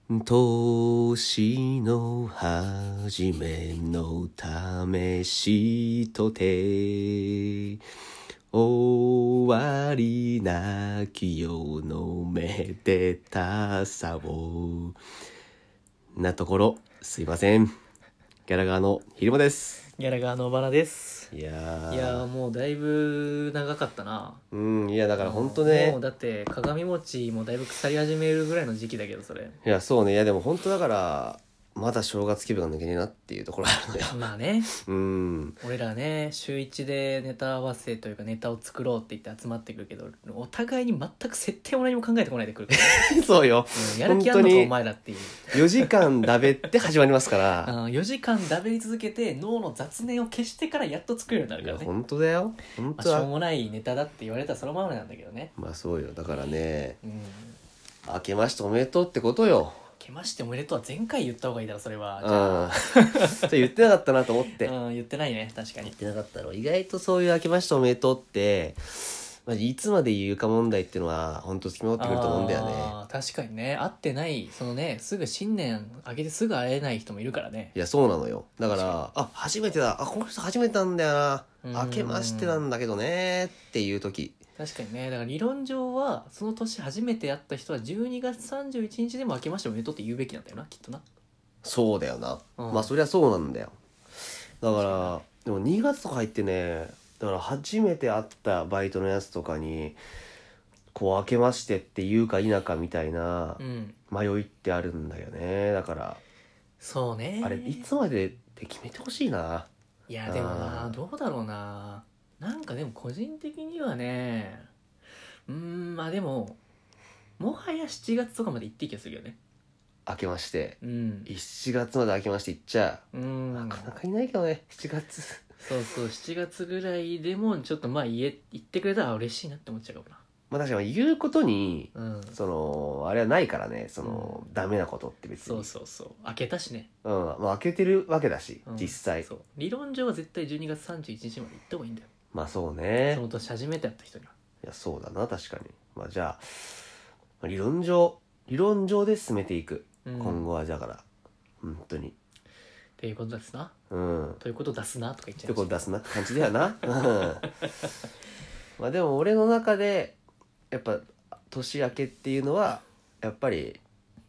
年の初めの試しとて終わりなき世のめでたさをなところすいません。ギャラガーのひるまです。 ギャラガーのバナです。 いやーもうだいぶ長かったな。 いやだから本当ね、 もうだって鏡餅もだいぶ腐り始めるぐらいの時期だけど、それいやそうね、いやでも本当だからまだ正月気分が抜けねえなっていうところあるのよ。 まあねうん俺らね週1でネタ合わせというかネタを作ろうって言って集まってくるけど、お互いに全く設定も何も考えてこないでくるから、 そうよ、 やる気あんのかお前らっていう。 4時間だべって始まりますから 4時間だべり続けて脳の雑念を消してからやっと作るようになるいやからね。 本当だよ本まあ、 当は、 しょうもないネタだって言われたらそのままなんだけどね。 まあそうよ、だからねうん明けましておめでとうってことよ。 明けましておめでとうは前回言った方がいいだろそれは。じゃうんあそれ言ってなかったなと思って言ってないね確かに言っ。てなかったろ。意外とそういう明けましておめでとうって、まあ、いつまで言うか問題っていうのは本当付きまってくると思うんだよね。 確かにね、会ってないそのね、すぐ新年明けてすぐ会えない人もいるからね。 いやそうなのよ。だから初めてだ、この人初めてなんだよな、明けましてなんだけどねっていう時。 確かにね、だから理論上はその年初めて会った人は12月31日でも明けましておめでとうって言うべきなんだよな、きっとな。 そうだよな、 うんまあそりゃそうなんだよ。だからでも2月とか入ってね、だから初めて会ったバイトのやつとかにこう明けましてって言うか否かみたいな迷いってあるんだよね。だからそうね。 あれいつまでって決めてほしいな。 いやでもな、どうだろうな。なんかでも個人的にはね、まあでももはや7月とかまで行っていい気がするよね。 明けましてうん 7月まで明けまして行っちゃなかなかいないけどね、7月。 そうそう、7月ぐらいでもちょっとまあ言ってくれたら嬉しいなって思っちゃうかもな。 まあ確かに言うことにうんあれはないからね、ダメなことって別に。 そう開けたしね。 まあ開けてるわけだし、 うん実際そう理論上は絶対12月31日まで行った方がいいんだよ。 まあそうね。 その年初めて会った人には。 いやそうだな、確かに。まあじゃあ理論上で進めていく、今後はだから本当にっていうことですな。 うんということ出すなとか言っちゃっていましこと出すなって感じだよな。うんまあでも俺の中でやっぱ年明けっていうのはやっぱり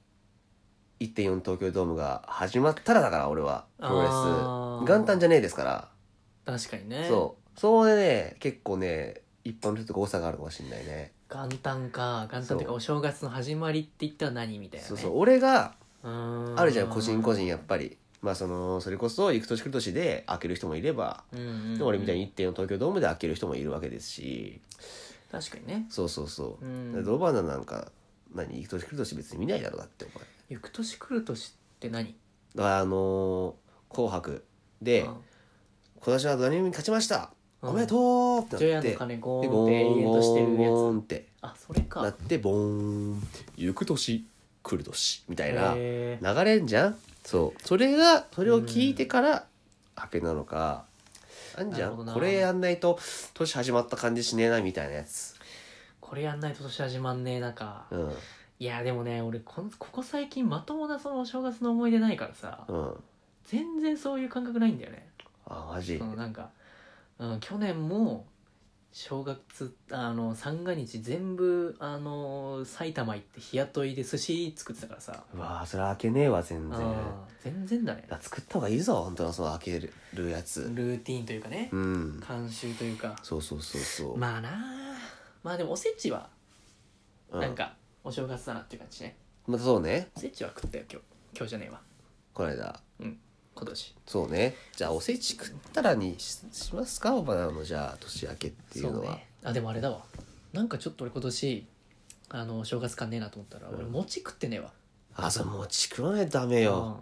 1.4 東京ドームが始まったらだから、俺はプロレス元旦じゃねえですから。 確かにね。 そうでね、結構ね一般の人と誤差があるかもしれないね。 元旦っていうかお正月の始まりって言ったら何みたいなね。 そう俺がああるじゃん、個人個人やっぱり。まあそれこそ行く年来る年で開ける人もいれば、で俺みたいに 1.4 東京ドームで開ける人もいるわけですし。 確かにね。 そうドバナなんか行く年来る年別に見ないだろうだってお前。 行く年来る年って何？ だから紅白で今年は何々に勝ちましたおめでとうってなって、 除夜の鐘ゴーンって永遠としてるやつ。 ゴーンってそれか。 なってボーン行く年来る年みたいなへ流れんじゃん。それを聞いてから明けなのか、あんじゃん、これやんないと年始まった感じしねえなみたいなやつ。 これやんないと年始まんねえなか。 うんいやでもね、俺ここ最近まともなそのお正月の思い出ないからさ、全然そういう感覚ないんだよね。 マジ。 なんか、去年も正月三が日全部埼玉行って日雇いで寿司作ってたからさ。 うわそれ開けねえわ全然。 全然だね。 作った方がいいぞ本当の開けるやつ。 ルーティーンというかね、慣習というか。 そうまあなまあでもおせちはなんかお正月だなっていう感じね。 またそうね。 おせちは食ったよ今日じゃねえわ、 この間。 今年。 そうね。じゃあおせち食ったらに しますか、おばなの。じゃあ年明けっていうのは。 でもあれだわ、なんかちょっと俺今年お正月感ねえなと思ったら、俺餅食ってねえわ。 それ餅食わないとダメよ。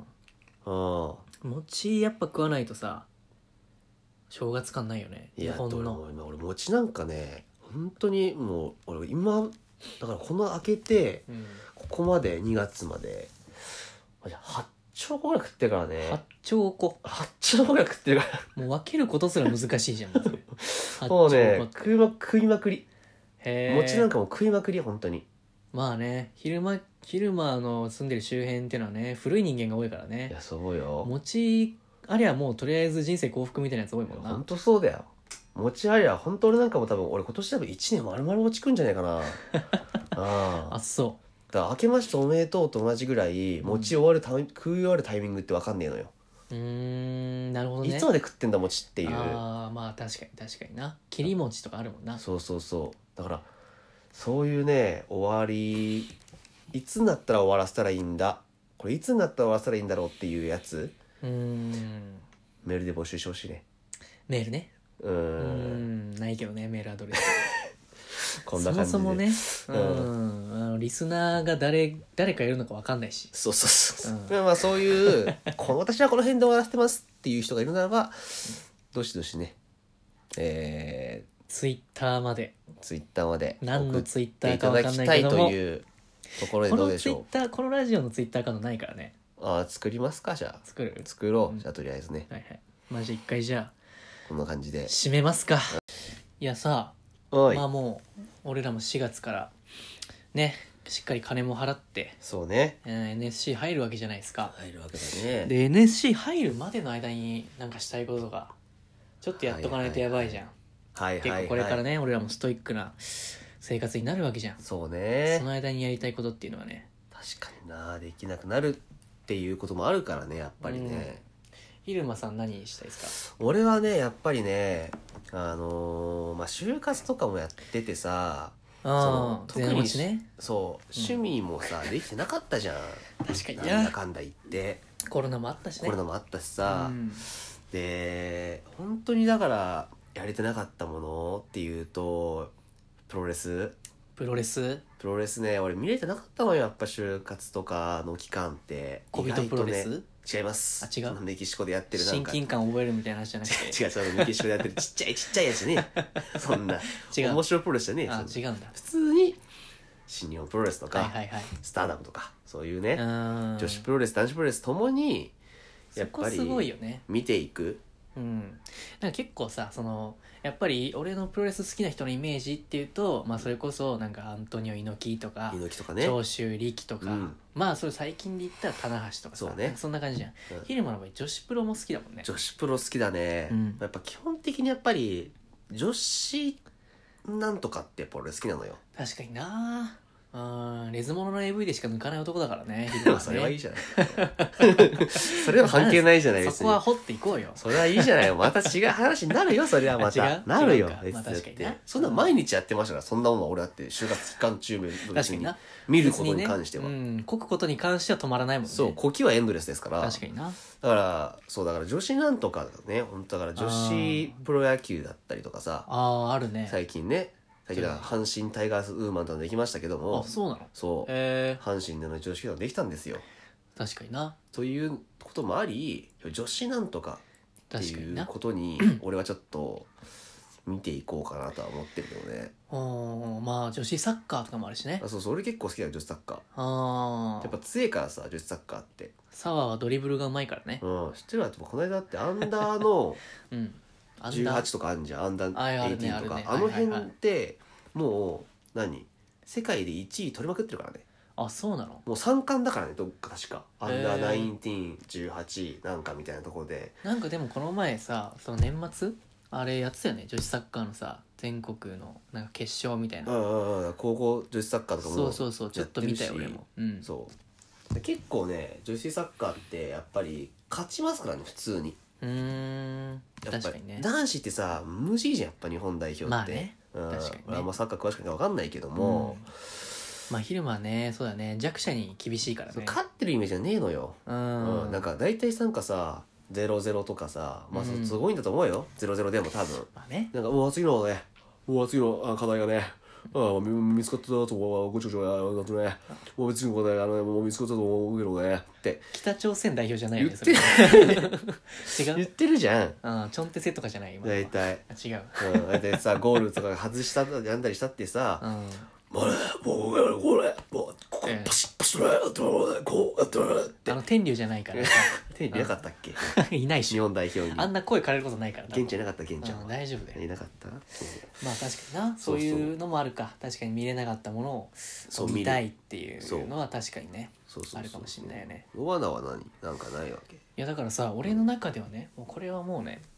餅やっぱ食わないとさ正月感ないよね。 いや日本の俺餅なんかね本当にもう俺今だからこの開けて、ここまで2月まで8兆個ぐらい食ってるからね。 8兆個 8兆個ぐらい食ってるからもう分けることすら難しいじゃんもうね食いまくり。 へえ。 餅なんかも食いまくり本当に。 まあね、昼間昼間の住んでる周辺っていうのはね古い人間が多いからいね。 やそうよ、 餅ありゃもうとりあえず人生幸福みたいなやつ多いもんな。 ほんとそうだよ。餅ありゃほんと俺なんかも多分俺今年多分1年丸々落ちくんじゃないかなああそだから明けましておめでとうと同じぐらい餅終わる食い終わるタイミングって分かんねえのよ、 う。なるほどね。 いつまで食ってんだ餅っていう。 ああまあ確かにな。切り餅とかあるもんな。 そうそうそうだからそういうね終わりいつになったら終わらせたらいいんだこれいつになったら終わらせたらいいんだろうっていうやつメールで募集してほしいね。 メールね。 うないけどねメールアドレス。 こんな感じでそもそもね、 うリスナーが誰かいるのか分かんないし。 そうそうそう、 うんまあそういう私はこの辺で終わらせてますっていう人がいるならばどしどしねツイッターまで。 ツイッターまで何のツイッタ送っていたーか分かんだきたいないけども、 というところでこどうでしょのツイッターこのラジオのツイッターアカウントないからね。 作りますかじゃあ作る。 作ろう、じゃあとりあえずねはいはい。マジ一回じゃあこんな感じで締めますか。いやさ、 おい、 まあもう俺らも4月からねしっかり金も払って、 そうね NSC 入るわけじゃないですか。 入るわけだね。 で NSC 入るまでの間になんかしたいこととかちょっとやっとかないとやばいじゃん。 はいはいはい、 結構これからね、俺らもストイックな生活になるわけじゃん。 そうねその間にやりたいことっていうのはね。 確かになできなくなるっていうこともあるからねやっぱりね、 入間さん何したいですか？ 俺はねやっぱりねまあ就活とかもやっててさああ特に全落ちね。 そう趣味もさ、できてなかったじゃん。 確かになんだな。 かんだ言ってコロナもあったしね。 コロナもあったしさ、 うんで本当にだからやれてなかったものっていうとプロレスプロレスね俺見れてなかったのよやっぱ就活とかの期間って小人プロレス、 意外とね違います。 あ違うそのメキシコでやってるなんか親近感覚えるみたいな話じゃなくて違うそのメキシコでやってるちっちゃいやつねそんな違う面白いプロレスじゃねえよあそんな違うんだ。 普通に新日本プロレスとか、 はいはいはい。 スターダムとかそういうね女女子プロレス男子プロレスともにやっぱりそこすごいよね。 見ていく。 なんか結構さやっぱり俺のプロレス好きな人のイメージっていうと、まあ、それこそなんかアントニオ猪木とか猪木とかね長州力とか、 うんまあそれ最近で言ったら棚橋とかさそうねそんな感じじゃん。 うん昼間の場合女子プロも好きだもんね。 女子プロ好きだね、 うんやっぱ基本的にやっぱり女子なんとかってやっぱ俺好きなのよ。 確かにな。レズモノの AV でしか抜かない男だからね。 でもそれはいいじゃないそれは関係ないじゃない別にそこは掘っていこうよ。 それはいいじゃないよまた違う話になるよそれはまあ違たうなるよ違うかまあ別にだって確かになそんな毎日やってましたからそんなものは俺だって就活期間中別に確かにな。 見ることに関しては、 別にねこくことに関しては止まらないもんね。 そう呼吸はエンドレスですから確かにな。 だから女子なんとかだね本当だから女子プロ野球だったりとかさあるね。 最近だから阪神タイガースウーマンとのできましたけどもあそうなの。 そう阪神での女子球団できたんですよ確かにな。 ということもあり女子なんとかっていう確かにな。 ことに俺はちょっと見ていこうかなとは思ってるけどねまあ女子サッカーとかもあるしね。 そう俺結構好きだよ女子サッカーややっぱ強いからさ女子サッカーって澤はドリブルがうまいからね。 知ってるわこの間だってアンダーのうんアンダー 18とかあるじゃんアンダああるねー18とかあるねの辺はいはいはいってもう世界で1位取りまくってるからねあそうなの。 もう3冠だからねどっか確かアンダーへ 1918なんかみたいなところでなんかでもこの前さその年末あれやってたよね女子サッカーのさ全国のなんか決勝みたいな。 高校女子サッカーとかもそうちょっと見たよ俺も。 そう結構ね女子サッカーってやっぱり勝ちますからね普通にやっぱり確かにね。 男子ってさ無事じゃんやっぱ日本代表ってまあねうん確かにね俺はあんまサッカー詳しくないか分かんないけども、 まあ昼間はねそうだね弱者に厳しいからね。 勝ってるイメージじゃねえのよ、なんか大体なんかさ0-0とかさまあすごいんだと思うよ、0-0でも多分まあねなんか次のね次の課題がね見つかったとはごちゃごちゃだとね別にこれもう見つかったと思うけどねって北朝鮮代表じゃないよね言ってそれ違う言ってるじゃんチョンテセとかじゃない今のは大体あ違う大体さゴールとか外したやんだりしたってさうんもうこれもうこパシッパシッこうやって天竜じゃないからさ天竜いなかったっけいないし日本代表にあんな声枯れることないから玄ちゃんいなかった玄ちゃんは大丈夫だよいなかったまあ確かになそういうのもあるか確かに見れなかったものを見たいっていうのは確かにねあるかもしれないよね。 野花は何なんかないわけ？ いやだからさ俺の中ではねもうこれはもうね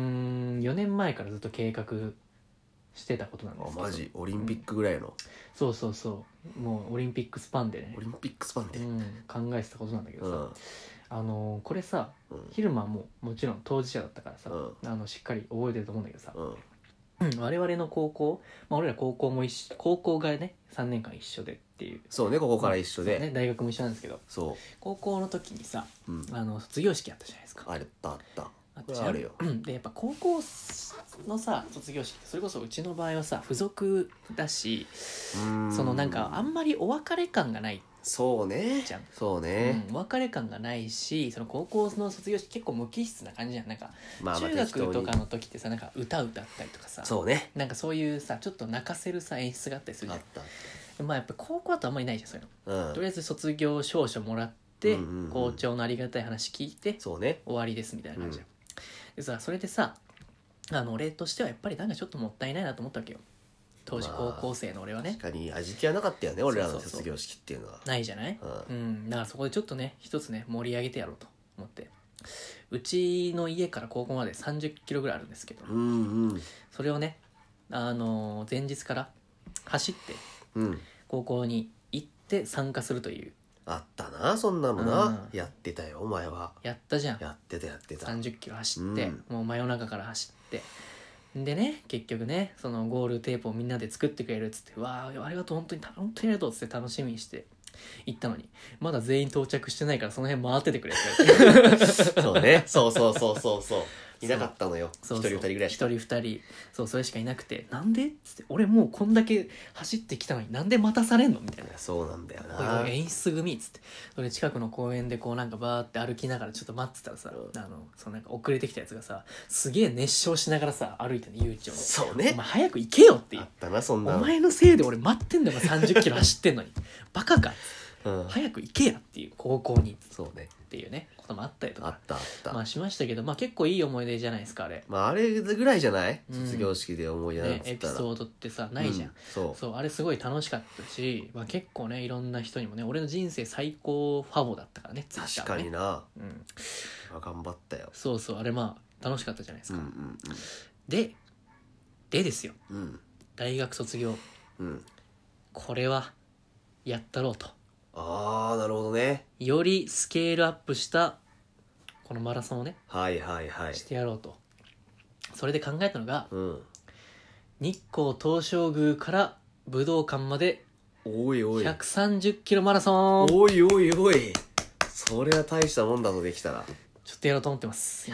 4年前からずっと計画してたことなんですけど。 マジオリンピックぐらいの、 そうそうそうもうオリンピックスパンでねオリンピックスパンで、 考えてたことなんだけどさ、これさ、 うん昼間ももちろん当事者だったからさ、しっかり覚えてると思うんだけどさ、我々の高校、俺ら高校がね3年間一緒でっていうそうねここから一緒で、 ね、大学も一緒なんですけどそう高校の時にさ、 うん卒業式あったじゃないですか。 あったあったじゃんあるよでやっぱ高校のさ卒業式ってそれこそうちの場合はさ付属だしそのなんかあんまりお別れ感がないそうねじゃんそうね、 お別れ感がないしその高校の卒業式結構無機質な感じじゃん。なんかまあまあ中学適当にとかの時ってさなんか歌ったりとかさそうねなんかそういうさちょっと泣かせるさ演出があったりするじゃあったん。まあやっぱ高校だとあんまりないじゃんそういうの。 うんとりあえず卒業証書もらって、 うんうんうん校長のありがたい話聞いてそうね終わりですみたいな感じじゃん。でさそれでさ俺としてはやっぱりなんかちょっともったいないなと思ったわけよ当時高校生の俺はね。 確かに味気はなかったよね俺らのそうそうそう卒業式っていうのはないじゃない、だからそこでちょっとね一つね盛り上げてやろうと思ってうちの家から高校まで30キロぐらいあるんですけど、それをね前日から走って高校に行って参加するというあったなそんなのな、やってたよお前はやったじゃん。 やってた 30キロ走って、もう真夜中から走ってでね結局ねそのゴールテープをみんなで作ってくれるっつってわあありがとう本当にありがとうっつって楽しみにして行ったのにまだ全員到着してないからその辺回っててくれってそうねそういなかったのよ一人二人ぐらいしか一人二人そうそれしかいなくてなんでっつって俺もうこんだけ走ってきたのになんで待たされんのみたいな。 そうなんだよおいなおい演出組っつってそれ近くの公園でこうなんかバーって歩きながらちょっと待ってたらさ、そのなんか遅れてきたやつがさすげえ熱唱しながらさ歩いてるの悠長にそうねお前早く行けよっていうあったなそんなお前のせいで俺待ってんだよ30キロ走ってんのにバカか早く行けやっていう高校にそうねっていうねこともあったりとかあったまあしましたけど結構いい思い出じゃないですかあれ、 あれぐらいじゃない卒業式で思い出なんね、エピつったらソードってさないじゃん、そうあれすごい楽しかったし、結構ねいろんな人にもね俺の人生最高ファボだったからね確かにな頑張ったよそうあれ楽しかったじゃないですか、でですよ大学卒業これはやったろうとああなるほどねよりスケールアップしたこのマラソンをねしてやろうとそれで考えたのが、日光東照宮から武道館までおいおい 130キロマラソンおいおいおいそれは大したもんだとできたらちょっとやろうと思ってます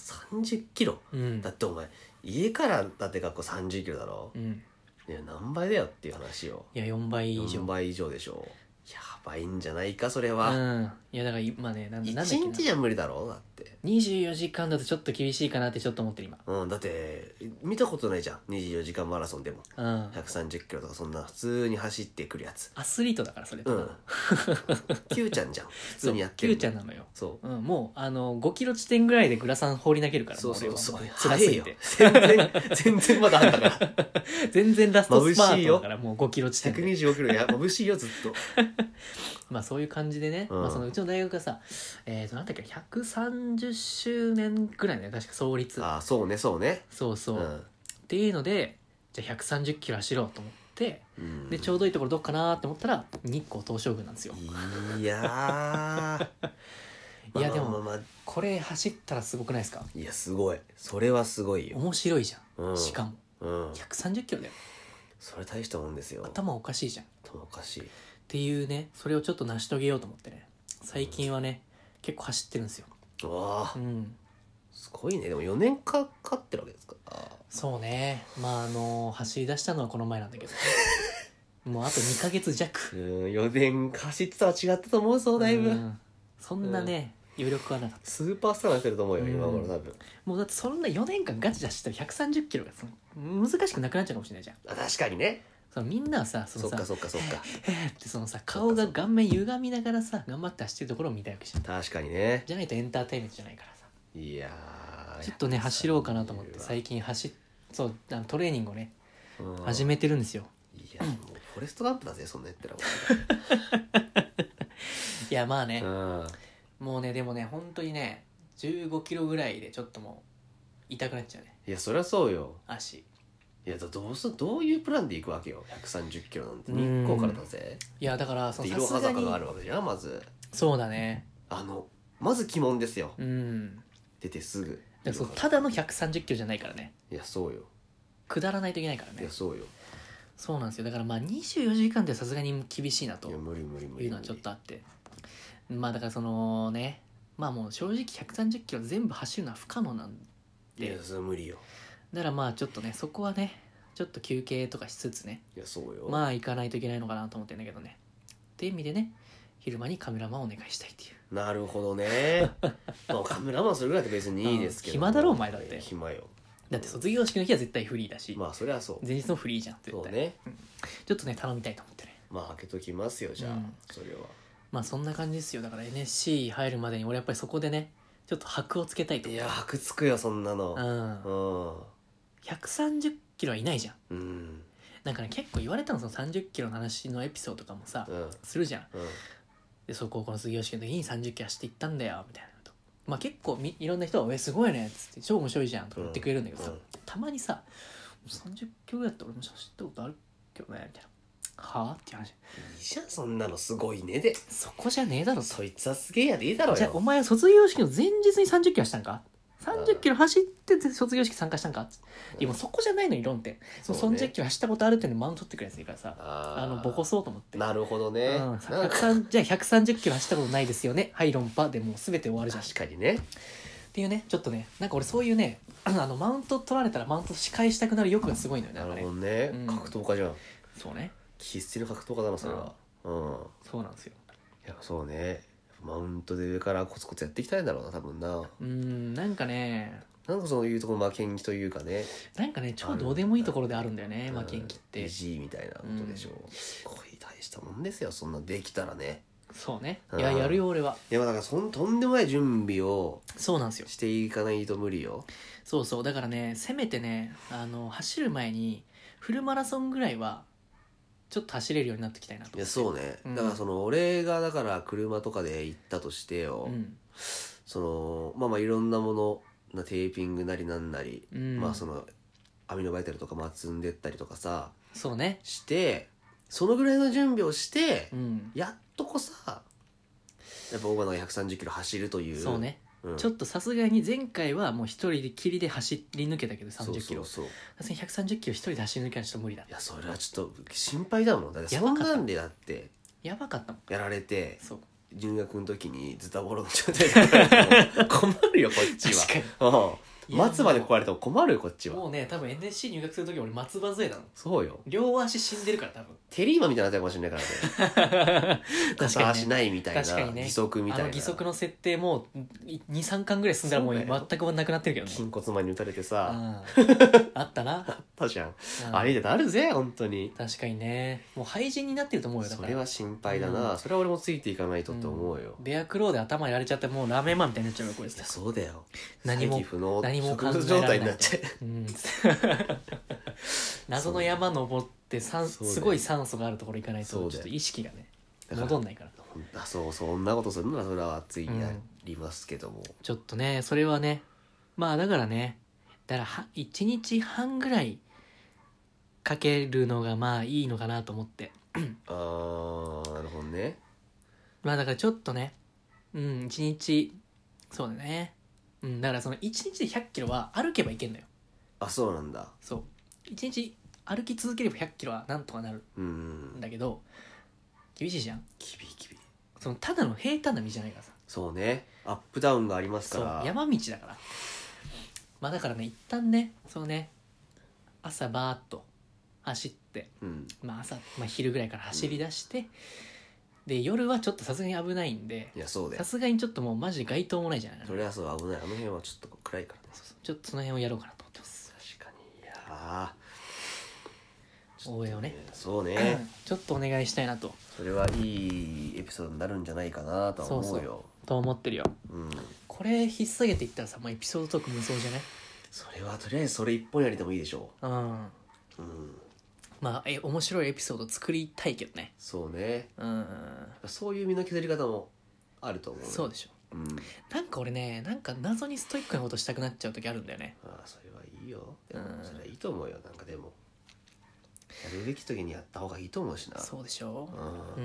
130キロ、だってお前家からだって学校30キロだろ、いや何倍だよっていう話よ。 いや4倍以上 4倍以上でしょ。やばいんじゃないかそれは。 いやだから今ねなんだっけな 1日じゃ無理だろだって 24時間だとちょっと厳しいかなってちょっと思ってる今。だって見たことないじゃん24時間マラソンでも、130キロとかそんな普通に走ってくるやつ。 アスリートだからそれ Q ちゃんじゃん普通にやってる。Q ちゃんなのよ。 そう、 もう5キロ地点ぐらいでグラサン放り投げるから。 そう辛すぎて全然まだあんだから全然ラストスパートだからもう5キロ地点で 125キロ眩しいよずっとそういう感じでね、そのうちの大学がさなんだっけ130周年ぐらいね確か創立。 そうねそう、 っていうのでじゃあ130キロ走ろうと思って、でちょうどいいところどっかなって思ったら日光東照宮なんですよ。 いやいやでもこれ走ったらすごくないですか。 いやすごいそれはすごいよ。 面白いじゃん、しかも、130キロだよ。 それ大したもんですよ。 頭おかしいじゃん。 頭おかしいっていうねそれをちょっと成し遂げようと思ってね最近はね、結構走ってるんですよ。 わあ、すごいね。でも4年かかってるわけですか。 そうね走り出したのはこの前なんだけどもうあと2ヶ月弱。 4年走ってたら違ったと思うぞだいぶ。 そんなね、余力はなかった。 スーパースターになってると思うよ、今頃多分。 もうだってそんな4年間ガチで走ったら130キロが難しくなくなっちゃうかもしれないじゃん。 確かにね。 そのみんなはさそのさそっかそっかそっかってそのさ顔が顔面歪みながらさ頑張って走ってるところを見たいわけじゃん。 確かにね。 じゃないとエンターテインメントじゃないからさ。 いやーちょっとね走ろうかなと思って最近そうトレーニングをね始めてるんですよ。 いやもうフォレストガンプだぜそんなやったらいやまあね、 うんもうねでもね本当にね15キロぐらいでちょっともう痛くなっちゃうねいやそりゃそうよ。 足。 いやどういうプランで行くわけよ。130キロなんて日光からだぜ。 いやだからそでのいろは坂さすがにがあるわけじゃんまず。 そうだね。 まず鬼門ですよ。 うん出てすぐ。 だからそうただの130キロじゃないからね。 いやそうよ。 下らないといけないからね。 いやそうよ。 そうなんですよ。だからまあ24時間ではさすがに厳しいなといや無理無理無理。 いうのはちょっとあってまあだからそのねまあもう正直130キロ全部走るのは不可能なんでいやそれ無理よ。 だからまあちょっとねそこはねちょっと休憩とかしつつねいやそうよ。 まあ行かないといけないのかなと思ってんだけどねっていう意味でね昼間にカメラマンをお願いしたいっていうなるほどね。まあカメラマンするぐらいって別にいいですけど。 暇だろお前だって暇よ。 だって卒業式の日は絶対フリーだし、 まあそりゃそう。 前日もフリーじゃん絶対そうね。 ちょっとね頼みたいと思ってねまあ開けときますよじゃあ、 うんそれは。 まあそんな感じですよ。だから NSC 入るまでに俺やっぱりそこでねちょっと箔をつけたいといや箔つくよそんなの。 うん130キロはいないじゃん。 うんうんなんかね結構言われたのその30キロの話のエピソードとかもさ、 うんするじゃん。 うんでそう高校の卒業式の時に30キロ走って行ったんだよみたいなことまあ結構いろんな人は「すごいね」っつって「超面白いじゃん」とか言ってくれるんだけどさ、 うんたまにさ30キロぐらいだったら俺も走ったことあるけどねみたいなはあっていう話。 いいじゃんそんなのすごいねで。 そこじゃねえだろと。 そいつはすげえやでいいだろうよ。 じゃあお前は卒業式の前日に30キロしたんか30キロ走って卒業式参加したんかいやもうそこじゃないのに論点。その30キロ走ったことあるっていうのマウント取ってくるやついいからさボコそうと思ってなるほどね、 うん、 なんかじゃあ130キロ走ったことないですよねはい論破でもう全て終わるじゃんっ確かにね。 ていうねちょっとねなんか俺そういうねマウント取られたらマウント仕返したくなる欲がすごいのよねなるなんかねほどね、 うん格闘家じゃん。 そうね必須の格闘家だなそれは。うんそうなんですよ。 いやそうね。マウントで上からコツコツやっていきたいんだろうな多分な。 なんかねなんかそういうところの負けん気というかね。 なんかね超どうでもいいところであるんだよね負けん気って意地みたいなことでしょう。すごい大したもんですよそんなできたらね。 そうねうんいややるよ俺はいやだからとんでもない準備をそうなんですよ。 していかないと無理よ。 そうそうだからねせめてね走る前にフルマラソンぐらいはちょっと走れるようになっていきたいなと。 いやそうね、 うんだから俺がだから車とかで行ったとしてよ、 うんまあいろんなものテーピングなりなんなり、 うんまあアミノバイタルとか積んでったりとかさそうねしてそのぐらいの準備をして、やっとさやっぱ大場が130キロ走るというそうね、 うん、 ちょっとさすがに前回はもう一人できりで走り抜けたけど30キロそうさすがに130キロ一人で走り抜けはちょっと無理だ。 いやそれはちょっと心配だもん。だってそんなんでだってやばかったもん。 やられてそう入学の時にズタボロの状態だから困るよこっちは。 確かにうんいや待つまで来られても困るよこっちは。 もうね多分 NSC 入学する時俺松葉杖なの。 そうよ。 両足死んでるから多分テリーマンみたいになっちゃうかもしれないからね。片足ねないみたいな、 確かにね義足みたいな。 義足の設定も23巻ぐらい進んだらもうそうだよ全くなくなってるけどね。 筋骨マンに打たれてさ、 あったな、 あったじゃん。 うんあれでなるぜ本当に。 確かにねもう廃人になってると思うよだからそれは心配だな、それは俺もついていかないとって思うよ。 ベアクローで頭やられちゃってもうラーメンマンみたいになっちゃうよこれいやそうだよ。 何も再起不能何も考えられない植物状態になっちゃう。 うん謎の山登ってそうだよすごい酸素があるところ行かないそうだよとちょっと意識がねだから戻んないからそうそんなことするのはそれは熱いやりますけども、 ちょっとねそれはねまあだからねだから1日半ぐらいかけるのがまあいいのかなと思ってあーなるほどね。 まあだからちょっとね1日そうだねだからその1日で100キロは歩けばいけんのよ。 あそうなんだ。 そう1日歩き続ければ100キロはなんとかなるうんんだけど厳しいじゃん。 きびきび。 そのただの平坦な道じゃないからさそうねアップダウンがありますかそうら。 山道だからまあだからね一旦ねそうね朝バーッと走ってうんまあ昼ぐらいから走り出して、で夜はちょっとさすがに危ないんでいやそうだよ。 さすがにちょっともうマジで街灯もないじゃないそれはそう危ない。あの辺はちょっと暗いからね。 そうちょっとその辺をやろうかなと思ってます。 確かに。いや応援をね、 そうねちょっとお願いしたいなと。 それはいいエピソードになるんじゃないかなとは思うよ。 そうと思ってるよ。 うん、 これ引っ提げていったらさ、エピソードトーク無双じゃない？ それはとりあえずそれ一本やりでもいいでしょうん。 う。うん、 面白いエピソード作りたいけどね。 そうね。 うん。 そういう身の削り方もあると思う。 そうでしょ。 うん。 なんか俺ね、謎にストイックなことしたくなっちゃう時あるんだよね。 それはいいよ。でもそれはいいと思うよ。なんかでもやるべき時にやった方がいいと思うしな。 そうでしょ。 うん。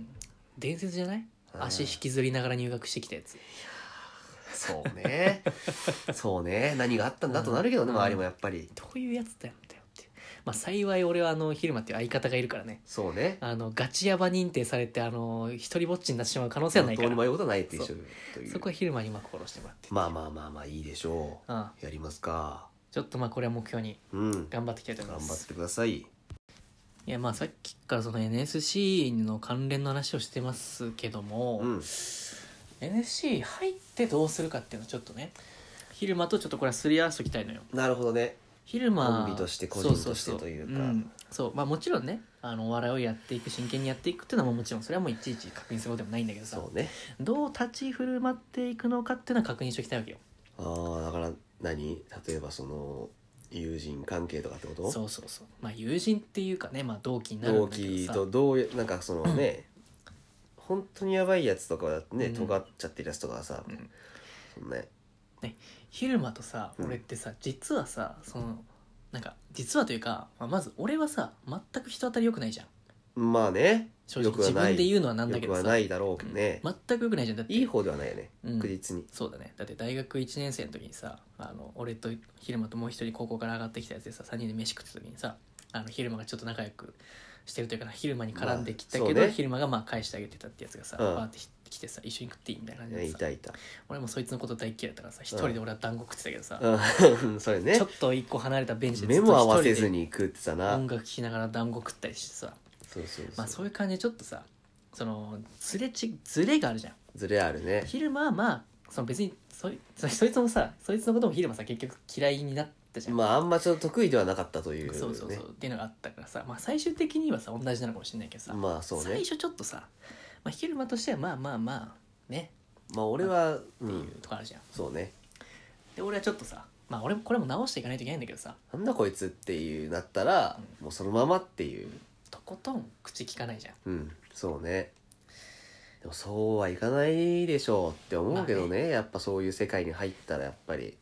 伝説じゃない？足引きずりながら入学してきたやつ。 そうねそうね、何があったんだとなるけどね、周りもやっぱりどういうやつだよって。幸い俺は昼間っていう相方がいるからね。 そうね、 ガチヤバ認定されて一人ぼっちになってしまう可能性はないから、 どうにも言うことないって一緒という。 そこは昼間に心してもらって、 まあいいでしょう。やりますか。 ちょっとこれは目標に頑張っていきたいと思います。 頑張ってください。 いやさっきからその NSC の関連の話をしてますけども、NSC 入ってどうするかっていうのをちょっとね、昼間とちょっとこれはすり合わせておきたいのよ。 なるほどね。 昼間コンビとして個人としてというか、 もちろんね、お笑いをやっていく、真剣にやっていくっていうのはもちろんそれはもういちいち確認することでもないんだけどさ、 そうね、 どう立ち振る舞っていくのかっていうのは確認しておきたいわけよ。 だから例えばその友人関係とかってこと？ そう友人っていうかね、同期になるんだけどさ、 同期となんかそのね、本当にやばいやつとかはね、尖っちゃってるやつとかはさ、そんね昼間とさ、俺ってさ、実はさ、実はというか、まず俺はさ全く人当たり良くないじゃん。 まあね、 正直自分で言うのはなんだけどさ、 よくはないだろうけどね、 全く良くないじゃん。だっていい方ではないよね、確実に。 そうだね。だって大学1年生の時にさ、俺と昼間ともう一人高校から上がってきたやつでさ、3人で飯食ってた時にさ、昼間がちょっと仲良くしてるというか昼間に絡んできたけど、昼間が返してあげてたってやつがさ、バーって来てさ、一緒に食っていいみたいな感じでさ、 いた俺もそいつのこと大嫌いだったからさ、一人で俺は団子食ってたけどさ、 それね、 ちょっと一個離れたベンチで目も合わせずに食ってたな。 音楽聴きながら団子食ったりしてさ、そういう感じでちょっとさ、そのズレがあるじゃん。 ズレあるね。 昼間はその別にそいつもさ、そいつのことも昼間さ結局嫌いになったじゃん。 あんまちょっと得意ではなかったという、ね、 そうっていうのがあったからさ、最終的にはさ同じなのかもしれないけどさ、 そうね、 最初ちょっとさ、昼間としてはね、 俺はっていうとこあるじゃん。 そうね。 で俺はちょっとさ、俺もこれも直していかないといけないんだけどさ、 なんだこいつっていうなったら、もうそのままっていう、 とことん口聞かないじゃん。 そうね。でもそうはいかないでしょうって思うけどね、やっぱそういう世界に入ったらやっぱり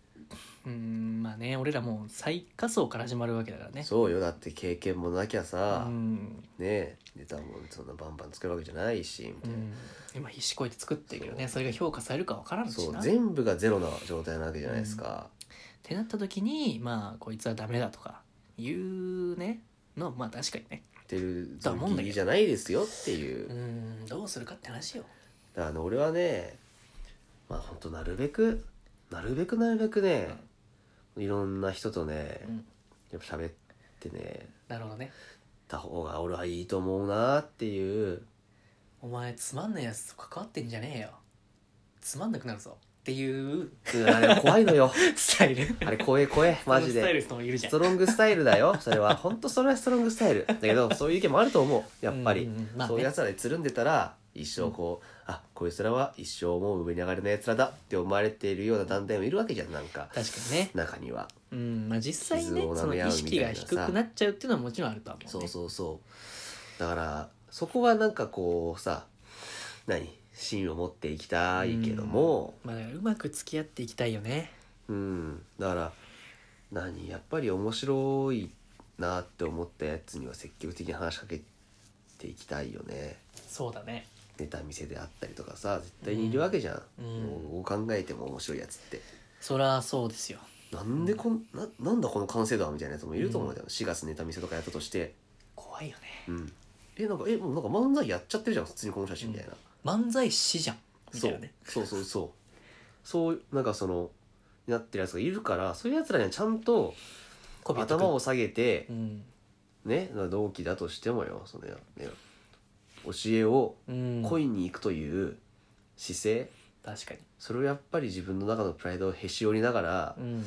俺らもう最下層から始まるわけだからね。 そうよ、だって経験もなきゃさ、 ねネタもそんなバンバン作るわけじゃないしみたいな、 今必死こいて作ってるけどね、それが評価されるか分からんしな。 全部がゼロな状態なわけじゃないですか、 ってなった時にこいつはダメだとかいうねの確かにねってるつもりじゃないですよっていう、 どうするかって話よ。 だから俺はね、本当なるべくね、いろんな人とね、やっぱ喋ってね、 なるほどね、 た方が俺はいいと思うなっていう。 お前つまんないやつと関わってんじゃねえよ、つまんなくなるぞっていうあれ怖いのよスタイルあれ怖えマジで。 スタイル人もいるじゃん。 ストロングスタイルだよそれは。本当それはストロングスタイルだけど、そういう意見もあると思うやっぱり。そういうやつらでつるんでたら一生こいつらは一生もう上に上がれないやつらだって思われているような団体もいるわけじゃん、なんか確かにね、 中には。 実際ね、その意識が低くなっちゃうっていうのはもちろんあるとは思うね。 そうだからそこはなんかこうさ、芯を持っていきたいけども、 うまく付き合っていきたいよね。 だからやっぱり面白いなって思ったやつには積極的に話しかけていきたいよね。 そうだね。 ネタ見せであったりとかさ、絶対にいるわけじゃん、どう考えても面白いやつって。 そりゃそうですよ。 なんでなんだこの完成度はみたいなやつもいると思うんだよ、4月ネタ見せとかやったとして。 怖いよね。 もうなんか漫才やっちゃってるじゃん普通にこの写真みたいな、 漫才師じゃんみたいなね。 そうなんかそのなってるやつがいるから、そういうやつらにはちゃんと頭を下げて、同期だとしてもよ、その教えを恋に行くという姿勢、 確かにそれをやっぱり自分の中のプライドをへし折りながら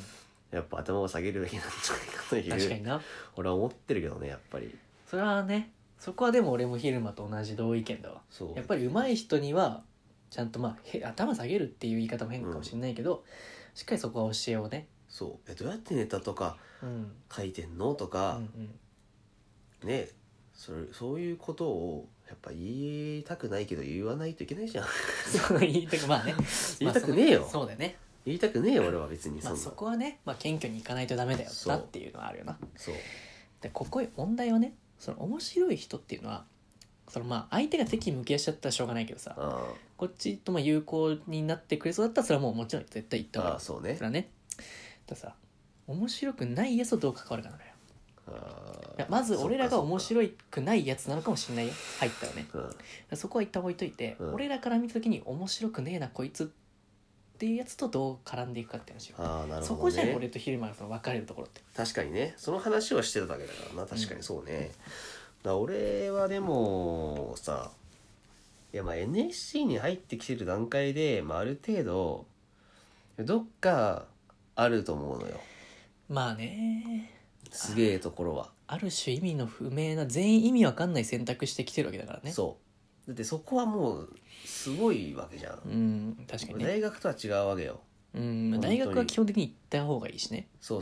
やっぱ頭を下げるべきなんじゃないかという確かにな。 俺は思ってるけどね、やっぱり。 それはね、そこはでも俺も昼間と同じ同意見だわ。 そうやっぱり上手い人にはちゃんと頭下げるっていう言い方も変かもしれないけど、しっかりそこは教えをね。 そうどうやってネタとかうん書いてんのとうんか、 うんね、そういうことをやっぱ言いたくないけど言わないといけないじゃん。 そう言いたくまあね言いたくねえよ、 そうだよね。 言いたくねえよ俺は別に。そんなそこはね、謙虚にいかないとダメだよそうなっていうのはあるよな。 そうでここ問題はね、その面白い人っていうのはその相手が敵向き合いしちゃったらしょうがないけどさ、 あこっちと有効になってくれそうだったらそれはもうもちろん絶対言った方がいい。 そうねそれはね。だからさ、面白くないやつとどう関わるかなのよ。いやまず俺らが面白くないやつなのかもしれないよ、入ったらね。そこは一旦置いといて、俺らから見た時に面白くねえなこいつっていうやつとどう絡んでいくかって話よ。 なるほどね。 そこじゃん俺と昼間のその分かれるところって。 確かにね、その話をしてただけだからな。確かにそうね。だから俺はでもさ、いやNSC に入ってきてる段階で、ある程度どっかあると思うのよ。 まあね、 すげえところは。 ある種意味の不明な、全員意味わかんない選択してきてるわけだからね。 そうだってそこはもうすごいわけじゃん。 確かにね。 大学とは違うわけよ。 大学は基本的に行った方がいいしね。 そう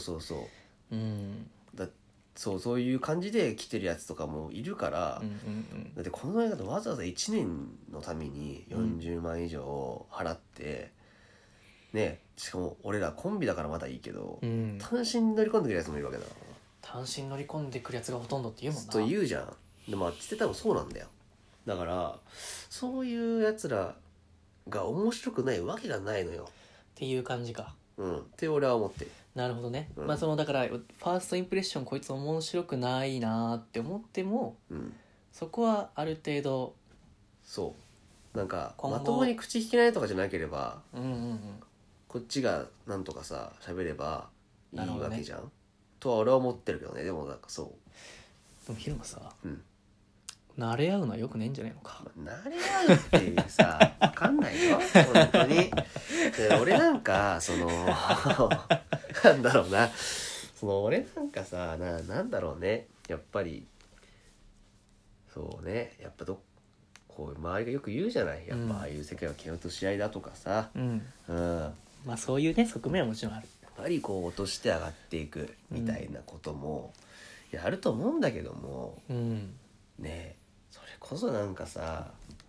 そういう感じで来てるやつとかもいるから、だってこの大学でわざわざ1年のために40万以上払って、ね、しかも俺らコンビだからまだいいけど、単身に乗り込んでくるやつもいるわけだから。 単身乗り込んでくるやつがほとんどって言うもんな。 と言うじゃん。でもあっちって多分そうなんだよ。だからそういうやつらが面白くないわけがないのよっていう感じか。 って俺は思ってる。 なるほどね。そのだからファーストインプレッションこいつ面白くないなって思っても、そこはある程度そうなんかまともに口引けないとかじゃなければ、こっちがなんとかさ喋ればいいわけじゃん、とは俺は思ってるけどね。でもなんかでも昼間さ、慣れ合うのはよくねえんじゃないのか。 慣れ合うっていうさ分かんないよ本当に。俺なんかなんだろうな、俺なんかさなんだろうね、やっぱりそうね、やっぱこう周りがよく言うじゃない、やっぱああいう世界は気の落とし合いだとかさ、 そういうね側面はもちろんある。 やっぱり落として上がっていくみたいなことも、あると思うんだけども、ね、それこそなんかさ、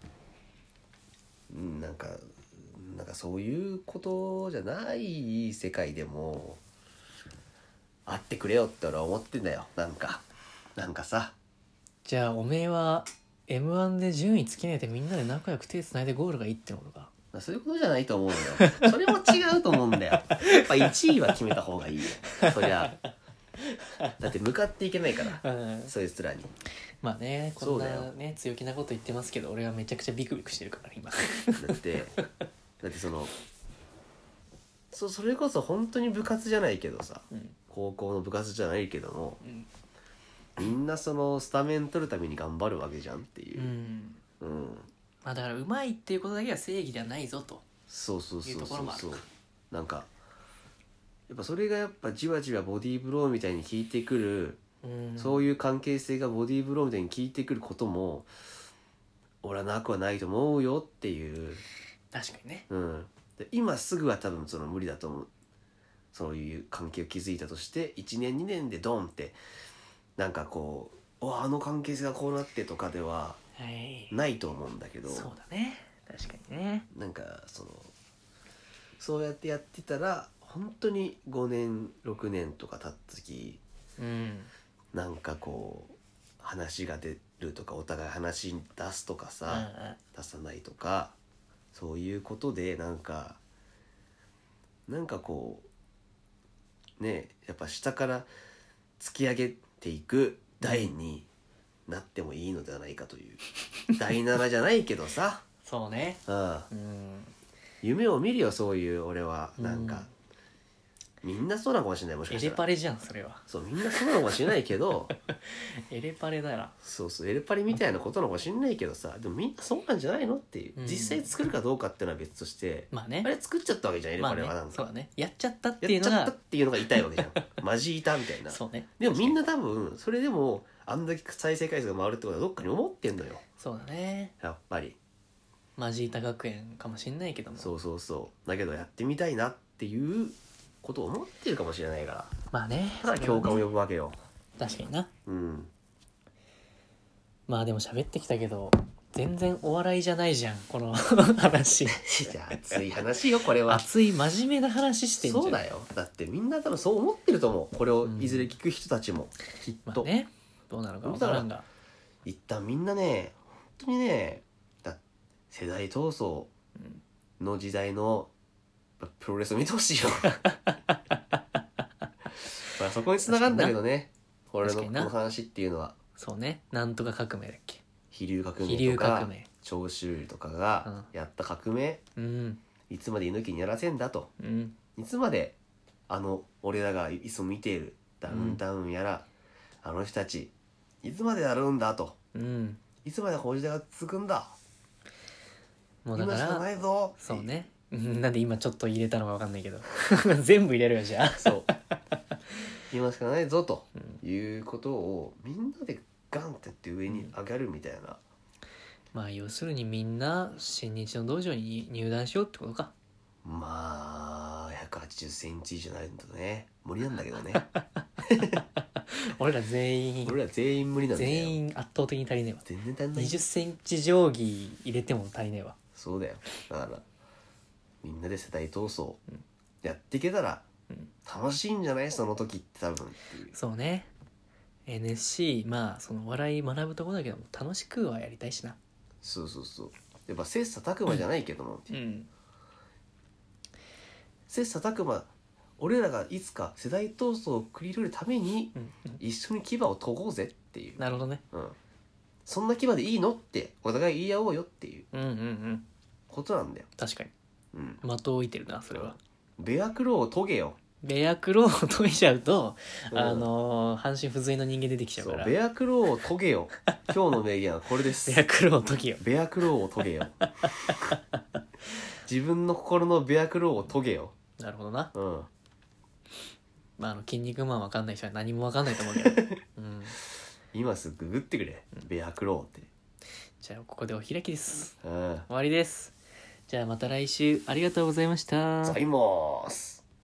なんかそういうことじゃない世界でもあってくれよって俺は思ってんだよ。なんかさ、 じゃあおめえは M1 で順位つけないでみんなで仲良く手つないでゴールがいいってことか。 そういうことじゃないと思うのよ。それも違うと思うんだよ。やっぱ1位は決めた方がいいよ。そりゃだって向かっていけないから、そいつらに。 こんなね強気なこと言ってますけど、俺はめちゃくちゃビクビクしてるから今。 だってそれこそ本当に部活じゃないけどさ、高校の部活じゃないけども、みんなスタメン取るために頑張るわけじゃんっていう。 だからうまいっていうことだけは正義ではないぞと。 そうなんかやっぱそれがやっぱじわじわボディーブローみたいに効いてくる、そういう関係性がボディーブローみたいに効いてくることも俺はなくはないと思うよっていう。 確かにね。 で今すぐは多分無理だと思う。そういう関係を築いたとして1年2年でドンってなんかあの関係性がこうなってとかではないと思うんだけど、 そうだね、確かにね。 なんかそうやってやってたら本当に5年6年とか経った時、なんか話が出るとかお互い話に出すとかさ、出さないとかそういうことでなんかね、やっぱ下から突き上げていく台になってもいいのではないかという第7じゃないけどさそうね。 夢を見るよ、そういう俺はなんか、 みんなそうなのかもしれない、もしかエしたら。 レパレじゃんそれは。 そうみんなそうなのかもしれないけどエレパレだよ。 そうそうエレパリみたいなことなのかもしれないけどさ、でもみんなそうなんじゃないのっていう、実際作るかどうかっていうのは別として、 まあねあれ作っちゃったわけじゃん、エレまあねパリはなんか、 そうだね、やっちゃったってやっちゃいうのがったっていうのが痛いわけじゃんマジ痛みたいな。 そうね。 でもみんな多分それでもあんだけ再生回数が回るってことはどっかに思ってんのよ、 そうだね。 やっぱり。 マジータ学園かもしんないけども、 そうそうそうだけどやってみたいなっていうことを思ってるかもしれないから、 まあねただ共感をそれはね呼ぶわけよ。 確かにな。 うんまあでも喋ってきたけど全然お笑いじゃないじゃんこの話。 じゃあ熱い話よこれは。 熱い真面目な話してんじゃん。 そうだよ、だってみんな多分そう思ってると思う、これをいずれ聞く人たちも、きっと、 まあねどうなのか分からんが。 一旦みんなね本当にね世代闘争の時代のプロレスを見てほしいよまあそこに繋がるんだけどね、これのこの話っていうのはそうね、なんとか革命だっけ。 飛龍革飛龍命とか革命。 長州とかがやった革命、 うんいつまで猪木にやらせんだと、 うんいつまで俺らがいつも見ているダウンタウンやら、あの人たちいつまでやるんだと、 うんいつまでこの時代が続くんだ、 もうだか今しからないぞ。 そうね、うんなんで今ちょっと入れたのか分かんないけど全部入れるよじゃあ。 そう今しかないぞということをみんなでガンってやって上に上がるみたいな、 まあ要するにみんな新日の道場に入団しようってことか。 まあ180センチじゃないんだね、無理なんだけどね俺ら全員俺ら全員無理なんだよ、 全員圧倒的に足りねえわ。 全然足んない。 20センチ定規入れても足りねえわ。 そうだよ、だからみんなで世代闘争やっていけたら楽しいんじゃない、その時って多分っていう。 そうね NSC まあその笑い学ぶとこだけども楽しくはやりたいしな。 そうそうそう、やっぱ切磋琢磨じゃないけども、 うん切磋琢磨、俺らがいつか世代闘争を繰り広げるためにうん一緒に牙を研ごうぜっていう、 なるほどね。 そんな牙でいいのってお互い言い合おうよっていううんうんうんことなんだよ。 確かに的を置いてるなそれは。 ベアクローを研げよ。 ベアクローを解いちゃうと、 うん半身不随の人間出てきちゃうそうから。 ベアクローを研げよ今日の名言はこれですベアクローを解けよ。 ベアクローを研げよ自分の心のベアクローを研げよ。 なるほどな。 うんまあ筋肉マンわかんない人は何もわかんないと思うけど、うん、 今すぐググってくれ、ベアクローって。 じゃあここでお開きです。 うん終わりです。じゃあまた来週ありがとうございました。 ざいます。